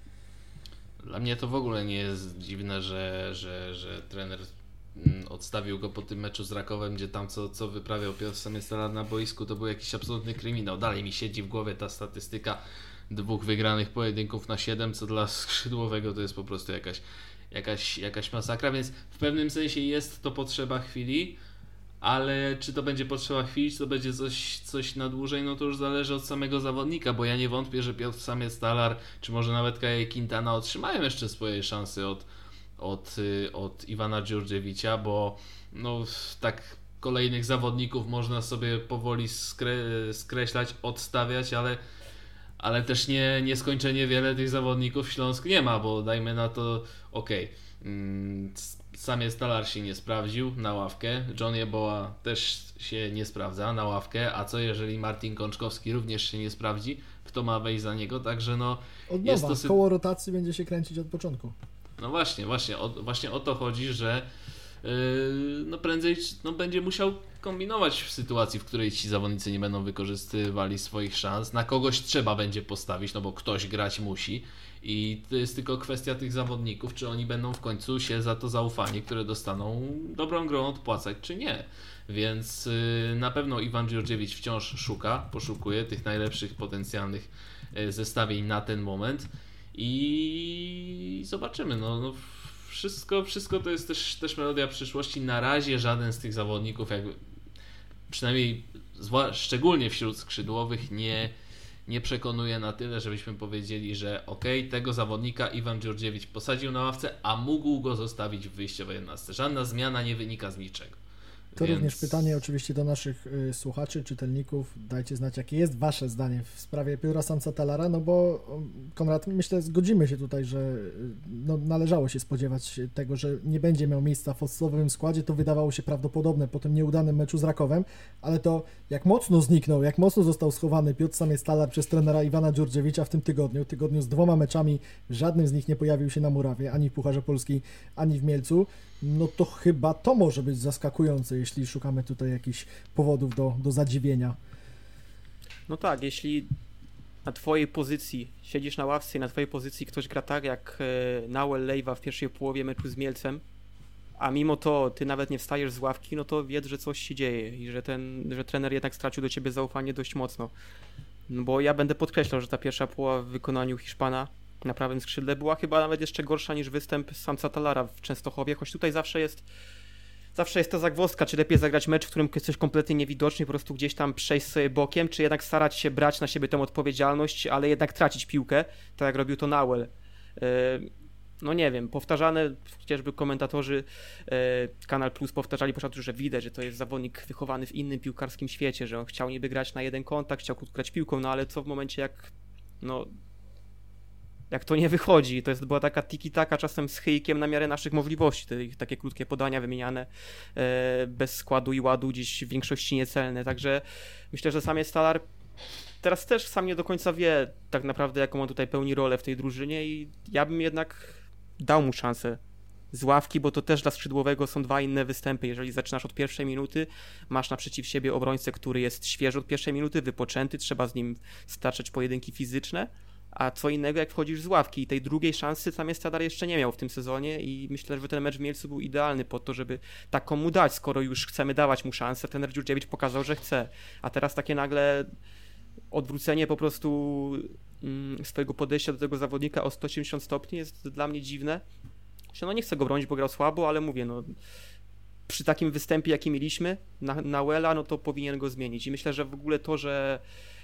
Dla mnie to w ogóle nie jest dziwne, że trener odstawił go po tym meczu z Rakowem, gdzie tam co wyprawiał Piotr Samiec-Talar na boisku, to był jakiś absolutny kryminał. Dalej mi siedzi w głowie ta statystyka 2 wygranych pojedynków na 7, co dla skrzydłowego to jest po prostu jakaś masakra, więc w pewnym sensie jest to potrzeba chwili, ale czy to będzie potrzeba chwili, czy to będzie coś na dłużej, no to już zależy od samego zawodnika, bo ja nie wątpię, że Piotr Samiec-Talar, czy może nawet Kaje Quintana otrzymają jeszcze swoje szanse od Iwana Dziurdziewicza, bo tak kolejnych zawodników można sobie powoli skreślać, odstawiać, ale też nieskończenie wiele tych zawodników Śląsk nie ma, bo dajmy na to, Samiec-Talar się nie sprawdził na ławkę, John Jeboa też się nie sprawdza na ławkę, a co jeżeli Martin Kączkowski również się nie sprawdzi, kto ma wejść za niego, także od nowa, koło rotacji będzie się kręcić od początku. No właśnie o to chodzi, że prędzej będzie musiał kombinować w sytuacji, w której ci zawodnicy nie będą wykorzystywali swoich szans. Na kogoś trzeba będzie postawić, bo ktoś grać musi i to jest tylko kwestia tych zawodników, czy oni będą w końcu się za to zaufanie, które dostaną, dobrą grą odpłacać, czy nie. Więc na pewno Iwan Dziurdziewicz wciąż poszukuje tych najlepszych potencjalnych zestawień na ten moment. I zobaczymy, wszystko to jest też melodia przyszłości. Na razie żaden z tych zawodników, przynajmniej szczególnie wśród skrzydłowych, nie przekonuje na tyle, żebyśmy powiedzieli, że tego zawodnika Iwan Dziurdziewicz posadził na ławce, a mógł go zostawić w wyjściowej 11. Żadna zmiana nie wynika z niczego. To również pytanie oczywiście do naszych słuchaczy, czytelników. Dajcie znać, jakie jest Wasze zdanie w sprawie Piotra Samca-Talara, bo Konrad, myślę, zgodzimy się tutaj, że należało się spodziewać tego, że nie będzie miał miejsca w podstawowym składzie. To wydawało się prawdopodobne po tym nieudanym meczu z Rakowem, ale to jak mocno zniknął, jak mocno został schowany Piotr Samiec-Talar przez trenera Iwana Dziurdziewicza w tym tygodniu z 2 meczami, żadnym z nich nie pojawił się na murawie, ani w Pucharze Polski, ani w Mielcu. To chyba to może być zaskakujące, jeśli szukamy tutaj jakichś powodów do zadziwienia. No tak, jeśli na Twojej pozycji siedzisz na ławce i na Twojej pozycji ktoś gra tak jak Nauel Lejwa w pierwszej połowie meczu z Mielcem, a mimo to Ty nawet nie wstajesz z ławki, to wiedz, że coś się dzieje i że trener jednak stracił do Ciebie zaufanie dość mocno. Bo ja będę podkreślał, że ta pierwsza połowa w wykonaniu Hiszpana na prawym skrzydle była chyba nawet jeszcze gorsza niż występ Samca-Talara w Częstochowie, choć tutaj zawsze jest ta zagwozdka, czy lepiej zagrać mecz, w którym jesteś kompletnie niewidoczny, po prostu gdzieś tam przejść sobie bokiem, czy jednak starać się brać na siebie tę odpowiedzialność, ale jednak tracić piłkę, tak jak robił to Nauel. Nie wiem, powtarzane, chociażby komentatorzy Kanal Plus powtarzali po prostu, że widać, że to jest zawodnik wychowany w innym piłkarskim świecie, że on chciał niby grać na jeden kontakt, chciał grać piłką, ale co w momencie jak jak to nie wychodzi. To była taka tiki-taka czasem z chyjkiem na miarę naszych możliwości. Takie krótkie podania wymieniane bez składu i ładu, gdzieś w większości niecelne. Także myślę, że sam Stolar teraz też sam nie do końca wie tak naprawdę, jaką on tutaj pełni rolę w tej drużynie i ja bym jednak dał mu szansę z ławki, bo to też dla skrzydłowego są dwa inne występy. Jeżeli zaczynasz od pierwszej minuty, masz naprzeciw siebie obrońcę, który jest świeży od pierwszej minuty, wypoczęty, trzeba z nim staczać pojedynki fizyczne, a co innego jak wchodzisz z ławki i tej drugiej szansy sam Stolar jeszcze nie miał w tym sezonie i myślę, że ten mecz w Mielcu był idealny po to, żeby taką mu dać, skoro już chcemy dawać mu szansę, trener Dżurdżewicz pokazał, że chce, a teraz takie nagle odwrócenie po prostu swojego podejścia do tego zawodnika o 180 stopni jest dla mnie dziwne. No nie chcę go bronić, bo grał słabo, ale mówię, no przy takim występie, jaki mieliśmy na Wella, no to powinien go zmienić. I myślę, że w ogóle to, że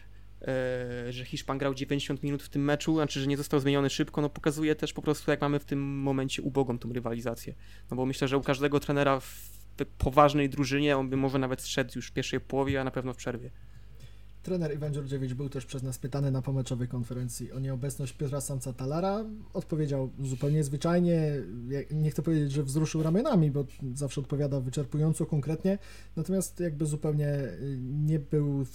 Hiszpan grał 90 minut w tym meczu, znaczy, że nie został zmieniony szybko, no pokazuje też po prostu, jak mamy w tym momencie ubogą tą rywalizację. No bo myślę, że u każdego trenera w poważnej drużynie on by może nawet zszedł już w pierwszej połowie, a na pewno w przerwie. Trener Iwan Dżurdżewicz był też przez nas pytany na pomeczowej konferencji o nieobecność Piotra Samca-Talara. Odpowiedział zupełnie zwyczajnie, nie chcę powiedzieć, że wzruszył ramionami, bo zawsze odpowiada wyczerpująco, konkretnie, natomiast jakby zupełnie nie był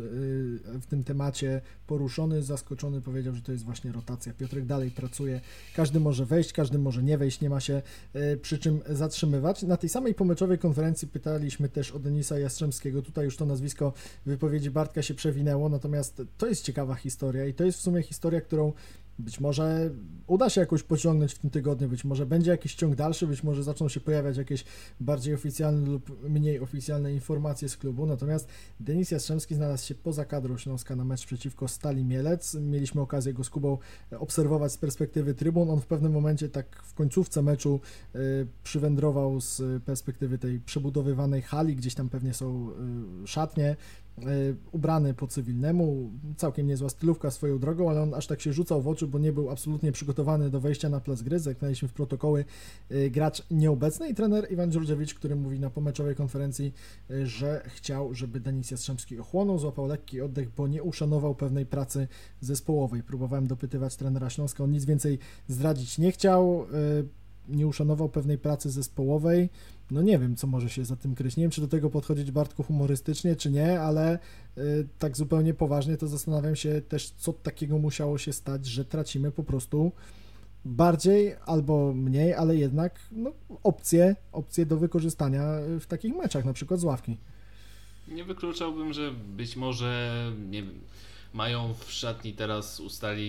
w tym temacie poruszony, zaskoczony, powiedział, że to jest właśnie rotacja. Piotrek dalej pracuje, każdy może wejść, każdy może nie wejść, nie ma się przy czym zatrzymywać. Na tej samej pomeczowej konferencji pytaliśmy też o Denisa Jastrzębskiego, tutaj już to nazwisko wypowiedzi Bartka się przewinęło, natomiast to jest ciekawa historia i to jest w sumie historia, którą być może uda się jakoś pociągnąć w tym tygodniu, być może będzie jakiś ciąg dalszy, być może zaczną się pojawiać jakieś bardziej oficjalne lub mniej oficjalne informacje z klubu, natomiast Denis Jastrzębski znalazł się poza kadrą Śląska na mecz przeciwko Stali Mielec. Mieliśmy okazję go z Kubą obserwować z perspektywy trybun. On w pewnym momencie tak w końcówce meczu przywędrował z perspektywy tej przebudowywanej hali, gdzieś tam pewnie są szatnie, ubrany po cywilnemu, całkiem niezła stylówka swoją drogą, ale on aż tak się rzucał w oczy, bo nie był absolutnie przygotowany do wejścia na plac gry. Zerknęliśmy w protokoły, gracz nieobecny i trener Iwan Dżurdżewicz, który mówi na pomeczowej konferencji, że chciał, żeby Denis Jastrzębski ochłonął, złapał lekki oddech, bo nie uszanował pewnej pracy zespołowej. Próbowałem dopytywać trenera Śląska, on nic więcej zdradzić nie chciał, nie uszanował pewnej pracy zespołowej. No nie wiem, co może się za tym kryć. Nie wiem, czy do tego podchodzić, Bartku, humorystycznie, czy nie, ale tak zupełnie poważnie to zastanawiam się też, co takiego musiało się stać, że tracimy po prostu bardziej albo mniej, ale jednak no, opcje do wykorzystania w takich meczach, na przykład z ławki. Nie wykluczałbym, że być może nie wiem, mają w szatni teraz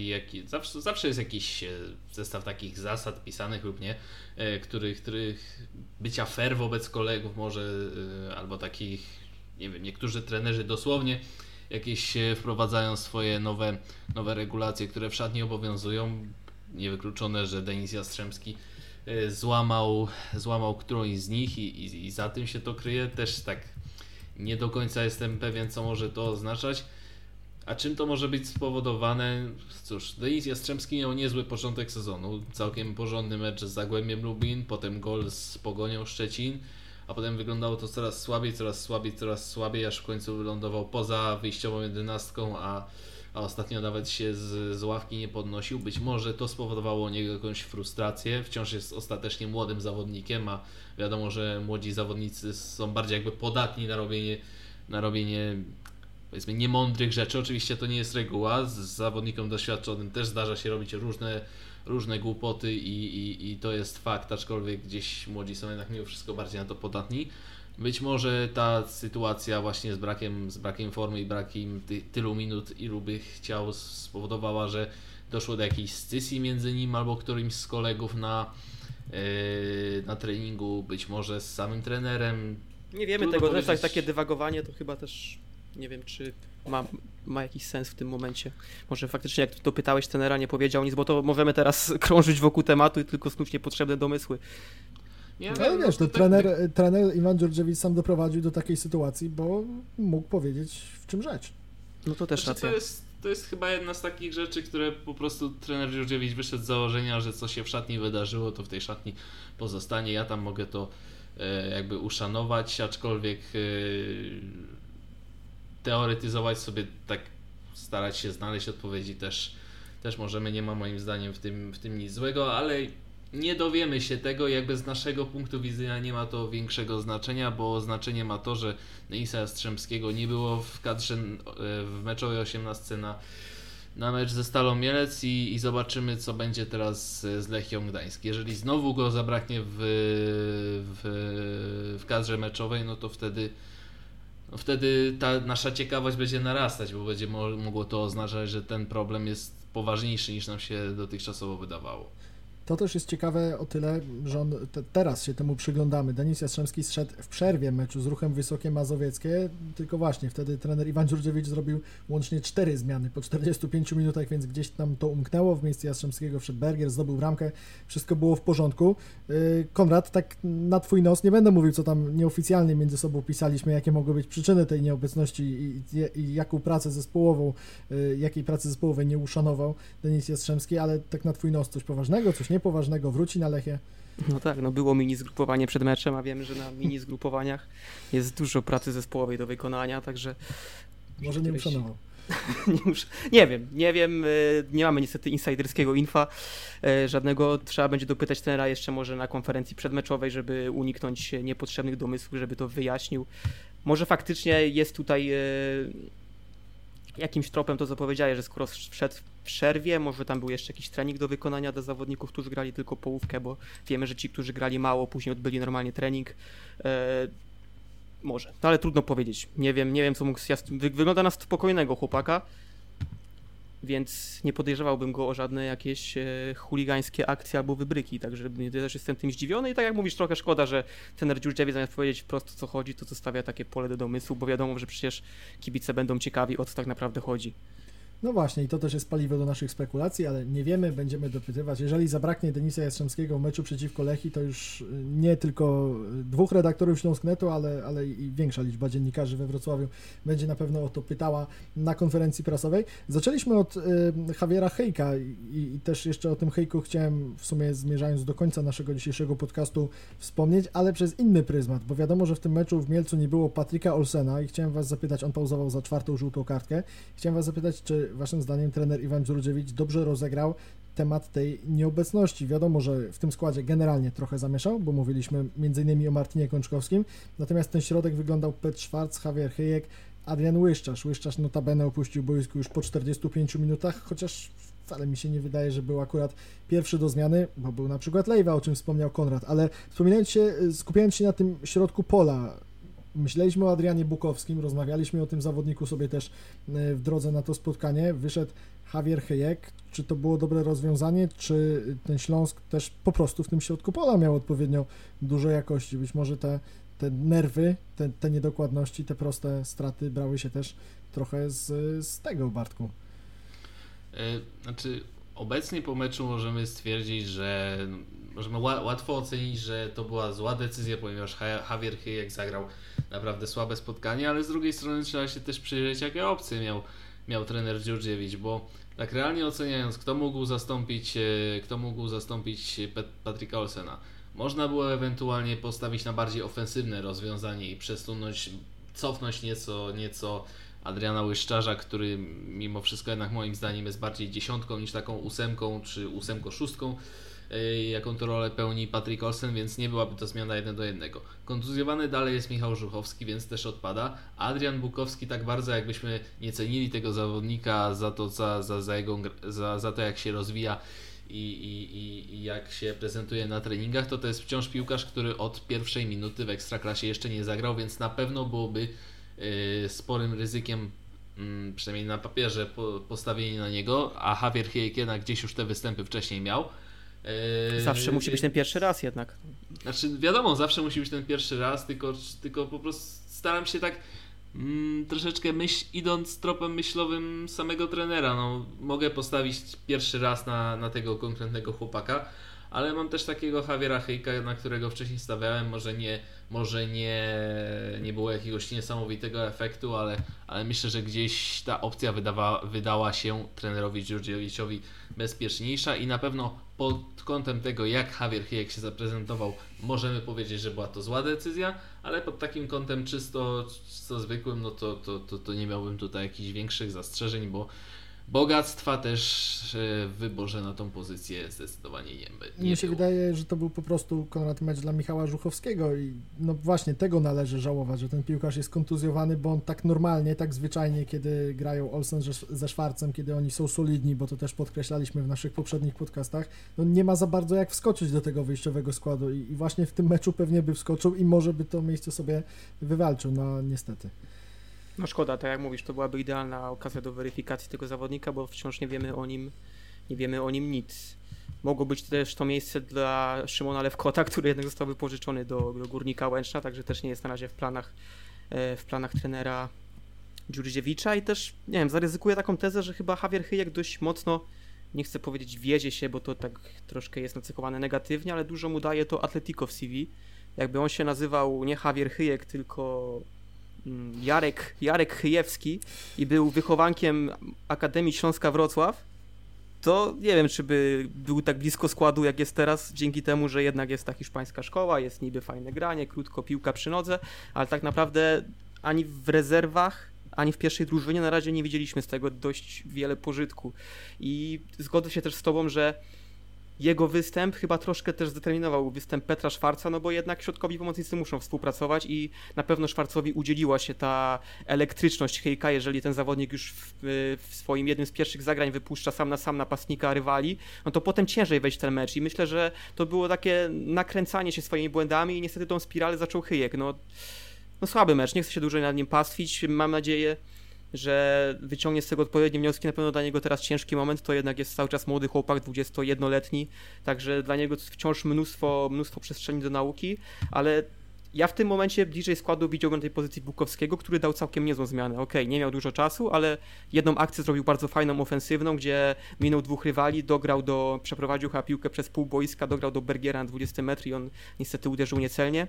zawsze jest jakiś zestaw takich zasad pisanych lub nie, których bycia fair wobec kolegów może, albo takich, nie wiem, niektórzy trenerzy dosłownie jakieś wprowadzają swoje nowe regulacje, które w szatni obowiązują. Niewykluczone, że Denis Jastrzębski złamał którąś z nich i za tym się to kryje. Też tak nie do końca jestem pewien, co może to oznaczać. A czym to może być spowodowane? Cóż, Denis Jastrzębski miał niezły początek sezonu, całkiem porządny mecz z Zagłębiem Lubin, potem gol z Pogonią Szczecin, a potem wyglądało to coraz słabiej, aż w końcu wylądował poza wyjściową 11, a ostatnio nawet się z ławki nie podnosił. Być może to spowodowało u niego jakąś frustrację, wciąż jest ostatecznie młodym zawodnikiem, a wiadomo, że młodzi zawodnicy są bardziej jakby podatni na robienie powiedzmy niemądrych rzeczy. Oczywiście to nie jest reguła, z zawodnikom doświadczonym też zdarza się robić różne głupoty i to jest fakt, aczkolwiek gdzieś młodzi są jednak mimo wszystko bardziej na to podatni. Być może ta sytuacja właśnie z brakiem formy i brakiem tylu minut, ilu by chciał, spowodowała, że doszło do jakiejś scysji między nim albo którymś z kolegów na treningu, być może z samym trenerem. Nie wiemy tego, też takie dywagowanie to chyba też nie wiem, czy ma jakiś sens w tym momencie. Może faktycznie jak to pytałeś, trenera nie powiedział nic, bo to możemy teraz krążyć wokół tematu i tylko snuć niepotrzebne domysły. Ale wiesz, trener Iwan Dżurdżewicz sam doprowadził do takiej sytuacji, bo mógł powiedzieć, w czym rzecz. No to też racja. To jest chyba jedna z takich rzeczy, które po prostu trener Dżurdżewicz wyszedł z założenia, że co się w szatni wydarzyło, to w tej szatni pozostanie. Ja tam mogę to jakby uszanować, aczkolwiek teoretyzować sobie, tak starać się znaleźć odpowiedzi też też możemy, nie ma moim zdaniem w tym nic złego, ale nie dowiemy się tego, jakby z naszego punktu widzenia nie ma to większego znaczenia, bo znaczenie ma to, że Denisa Jastrzębskiego nie było w kadrze w meczowej 18 na mecz ze Stalą Mielec i zobaczymy, co będzie teraz z Lechią Gdańsk. Jeżeli znowu go zabraknie w kadrze meczowej, no to wtedy ta nasza ciekawość będzie narastać, bo będzie mogło to oznaczać, że ten problem jest poważniejszy niż nam się dotychczasowo wydawało. To też jest ciekawe o tyle, że teraz się temu przyglądamy. Denis Jastrzębski zszedł w przerwie meczu z Ruchem Wysokie Mazowieckie, tylko właśnie wtedy trener Iwan Dziurdziewicz zrobił łącznie 4 zmiany po 45 minutach, więc gdzieś tam to umknęło. W miejsce Jastrzębskiego wszedł Bergier, zdobył bramkę, wszystko było w porządku. Konrad, tak na twój nos, nie będę mówił, co tam nieoficjalnie między sobą pisaliśmy, jakie mogły być przyczyny tej nieobecności i jaką pracę zespołową, jakiej pracy zespołowej nie uszanował Denis Jastrzębski, ale tak na twój nos coś poważnego, coś niepoważnego, wróci na Lechię. No tak, no było mini zgrupowanie przed meczem, a wiemy, że na mini zgrupowaniach jest dużo pracy zespołowej do wykonania, także... Może nie uszanował. Nie wiem, nie mamy niestety insiderskiego infa żadnego, trzeba będzie dopytać trenera jeszcze może na konferencji przedmeczowej, żeby uniknąć niepotrzebnych domysłów, żeby to wyjaśnił. Może faktycznie jest tutaj jakimś tropem to, co powiedziałeś, że skoro wszedł w przerwie, może tam był jeszcze jakiś trening do wykonania dla zawodników, którzy grali tylko połówkę, bo wiemy, że ci, którzy grali mało, później odbyli normalnie trening. Może, no ale trudno powiedzieć. Nie wiem co mógł... Wygląda na spokojnego chłopaka, więc nie podejrzewałbym go o żadne jakieś chuligańskie akcje albo wybryki, także ja też jestem tym zdziwiony i tak jak mówisz, trochę szkoda, że trener Dziurdziewicz zamiast powiedzieć wprost, o co chodzi, to zostawia takie pole do domysłu, bo wiadomo, że przecież kibice będą ciekawi, o co tak naprawdę chodzi. No właśnie i to też jest paliwo do naszych spekulacji, ale nie wiemy, będziemy dopytywać. Jeżeli zabraknie Denisa Jastrzębskiego w meczu przeciwko Lechii, to już nie tylko 2 redaktorów Śląsknetu, ale i większa liczba dziennikarzy we Wrocławiu będzie na pewno o to pytała na konferencji prasowej. Zaczęliśmy od Javiera Hejka i też jeszcze o tym Hejku chciałem w sumie zmierzając do końca naszego dzisiejszego podcastu wspomnieć, ale przez inny pryzmat, bo wiadomo, że w tym meczu w Mielcu nie było Patryka Olsena i chciałem was zapytać, on pauzował za 4. żółtą kartkę, chciałem was zapytać, czy waszym zdaniem trener Iwan Dziurdziewicz dobrze rozegrał temat tej nieobecności. Wiadomo, że w tym składzie generalnie trochę zamieszał, bo mówiliśmy m.in. o Martinie Kączkowskim, natomiast ten środek wyglądał Petr Schwarz, Javier Hejek, Adrian Łyszczarz. Łyszczarz notabene opuścił boisko już po 45 minutach, chociaż wcale mi się nie wydaje, że był akurat pierwszy do zmiany, bo był na przykład Lejwa, o czym wspomniał Konrad, ale skupiając się na tym środku pola, myśleliśmy o Adrianie Bukowskim, rozmawialiśmy o tym zawodniku sobie też w drodze na to spotkanie, wyszedł Javier Hejek. Czy to było dobre rozwiązanie, czy ten Śląsk też po prostu w tym środku pola miał odpowiednio dużo jakości? Być może te nerwy, te niedokładności, te proste straty brały się też trochę z tego, Bartku. Znaczy, obecnie po meczu możemy stwierdzić, że możemy łatwo ocenić, że to była zła decyzja, ponieważ Javier Hejek zagrał naprawdę słabe spotkanie, ale z drugiej strony trzeba się też przyjrzeć, jakie opcje miał trener Dziurdziewicz, bo tak realnie oceniając, kto mógł zastąpić Patryka Olsena, można było ewentualnie postawić na bardziej ofensywne rozwiązanie i cofnąć nieco Adriana Łyszczarza, który mimo wszystko jednak moim zdaniem jest bardziej 10 niż taką 8 czy 8-6, jaką to rolę pełni Patryk Olsen, więc nie byłaby to zmiana 1-1. Kontuzjowany dalej jest Michał Żuchowski, więc też odpada. Adrian Bukowski, tak bardzo jakbyśmy nie cenili tego zawodnika za to jak się rozwija i jak się prezentuje na treningach, to jest wciąż piłkarz, który od pierwszej minuty w Ekstraklasie jeszcze nie zagrał, więc na pewno byłoby sporym ryzykiem, przynajmniej na papierze, postawienie na niego, a Javier Hejek jednak gdzieś już te występy wcześniej miał. Zawsze musi być ten pierwszy raz jednak. Znaczy wiadomo, zawsze musi być ten pierwszy raz, tylko po prostu staram się tak troszeczkę idąc tropem myślowym samego trenera. No, mogę postawić pierwszy raz na tego konkretnego chłopaka, ale mam też takiego Javiera Hejka, na którego wcześniej stawiałem, może nie było jakiegoś niesamowitego efektu, ale myślę, że gdzieś ta opcja wydała się trenerowi Dziurdziewiczowi bezpieczniejsza i na pewno pod kątem tego, jak Javier Hejek się zaprezentował, możemy powiedzieć, że była to zła decyzja, ale pod takim kątem czysto zwykłym, no to nie miałbym tutaj jakichś większych zastrzeżeń, Bogactwa też w wyborze na tą pozycję zdecydowanie nie Mnie się wydaje, że to był po prostu, Konrad, mecz dla Michała Żuchowskiego i no właśnie tego należy żałować, że ten piłkarz jest kontuzjowany, bo on tak normalnie, tak zwyczajnie, kiedy grają Olsen ze Schwarzem, kiedy oni są solidni, bo to też podkreślaliśmy w naszych poprzednich podcastach, no nie ma za bardzo jak wskoczyć do tego wyjściowego składu i właśnie w tym meczu pewnie by wskoczył i może by to miejsce sobie wywalczył, no niestety. No szkoda, tak jak mówisz, to byłaby idealna okazja do weryfikacji tego zawodnika, bo wciąż nie wiemy o nim nic. Mogło być też to miejsce dla Szymona Lewkota, który jednak został wypożyczony do Górnika Łęczna, także też nie jest na razie w planach trenera Dziurdziewicza i też, nie wiem, zaryzykuję taką tezę, że chyba Javier Hyjek dość mocno, nie chcę powiedzieć wiedzie się, bo to tak troszkę jest nacechowane negatywnie, ale dużo mu daje to Atletico w CV. Jakby on się nazywał nie Javier Hyjek, tylko Jarek Hyjewski i był wychowankiem Akademii Śląska Wrocław, to nie wiem, czy by był tak blisko składu, jak jest teraz, dzięki temu, że jednak jest ta hiszpańska szkoła, jest niby fajne granie, krótko piłka przy nodze, ale tak naprawdę ani w rezerwach, ani w pierwszej drużynie na razie nie widzieliśmy z tego dość wiele pożytku. I zgodzę się też z tobą, że jego występ chyba troszkę też zdeterminował występ Petra Schwarza, no bo jednak środkowi pomocnicy muszą współpracować i na pewno Schwarzowi udzieliła się ta elektryczność Hyjka, jeżeli ten zawodnik już w swoim jednym z pierwszych zagrań wypuszcza sam na napastnika rywali, no to potem ciężej wejść w ten mecz i myślę, że to było takie nakręcanie się swoimi błędami i niestety tą spiralę zaczął Hyjek. No słaby mecz, nie chcę się dłużej nad nim pastwić, mam nadzieję, że wyciągnie z tego odpowiednie wnioski. Na pewno dla niego teraz ciężki moment, to jednak jest cały czas młody chłopak, 21-letni, także dla niego wciąż mnóstwo przestrzeni do nauki, ale ja w tym momencie bliżej składu widziałbym tej pozycji Bukowskiego, który dał całkiem niezłą zmianę. Okej, nie miał dużo czasu, ale jedną akcję zrobił bardzo fajną, ofensywną, gdzie minął dwóch rywali, przeprowadził chyba piłkę przez pół boiska, dograł do Bergiera na 20 metr i on niestety uderzył niecelnie.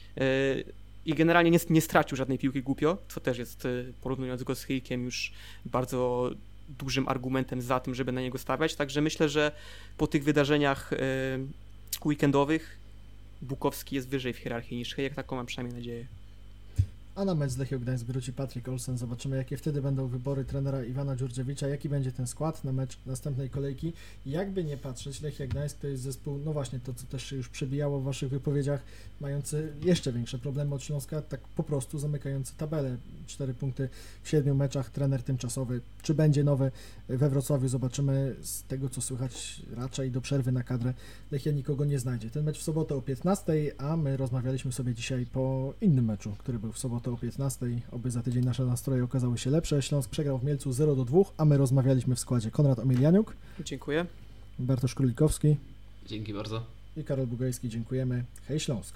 I generalnie nie stracił żadnej piłki głupio, co też jest, porównując go z Hyjkiem, już bardzo dużym argumentem za tym, żeby na niego stawiać. Także myślę, że po tych wydarzeniach weekendowych Bukowski jest wyżej w hierarchii niż Hyjek, taką mam przynajmniej nadzieję. A na mecz z Lechią Gdańsk wróci Patryk Olsen. Zobaczymy, jakie wtedy będą wybory trenera Iwana Dziurdziewicza, jaki będzie ten skład na mecz następnej kolejki. Jakby nie patrzeć, Lechia Gdańsk to jest zespół, no właśnie to, co też się już przebijało w waszych wypowiedziach, mający jeszcze większe problemy od Śląska, tak po prostu zamykający tabelę. 4 punkty w 7 meczach, trener tymczasowy. Czy będzie nowy we Wrocławiu? Zobaczymy. Z tego, co słychać, raczej do przerwy na kadrę Lechia nikogo nie znajdzie. Ten mecz w sobotę o 15, a my rozmawialiśmy sobie dzisiaj po innym meczu, który był w sobotę o 15. Oby za tydzień nasze nastroje okazały się lepsze. Śląsk przegrał w Mielcu 0-2, a my rozmawialiśmy w składzie Konrad Omelianiuk. Dziękuję. Bartosz Królikowski. Dzięki bardzo. I Karol Bugajski. Dziękujemy. Hej Śląsk.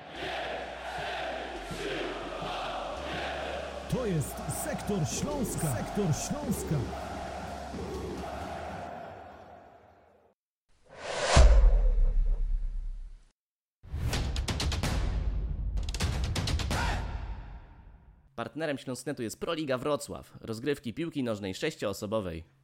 To jest Sektor Śląska. Sektor Śląska. Partnerem Śląsknetu jest Proliga Wrocław, rozgrywki piłki nożnej 6-osobowej.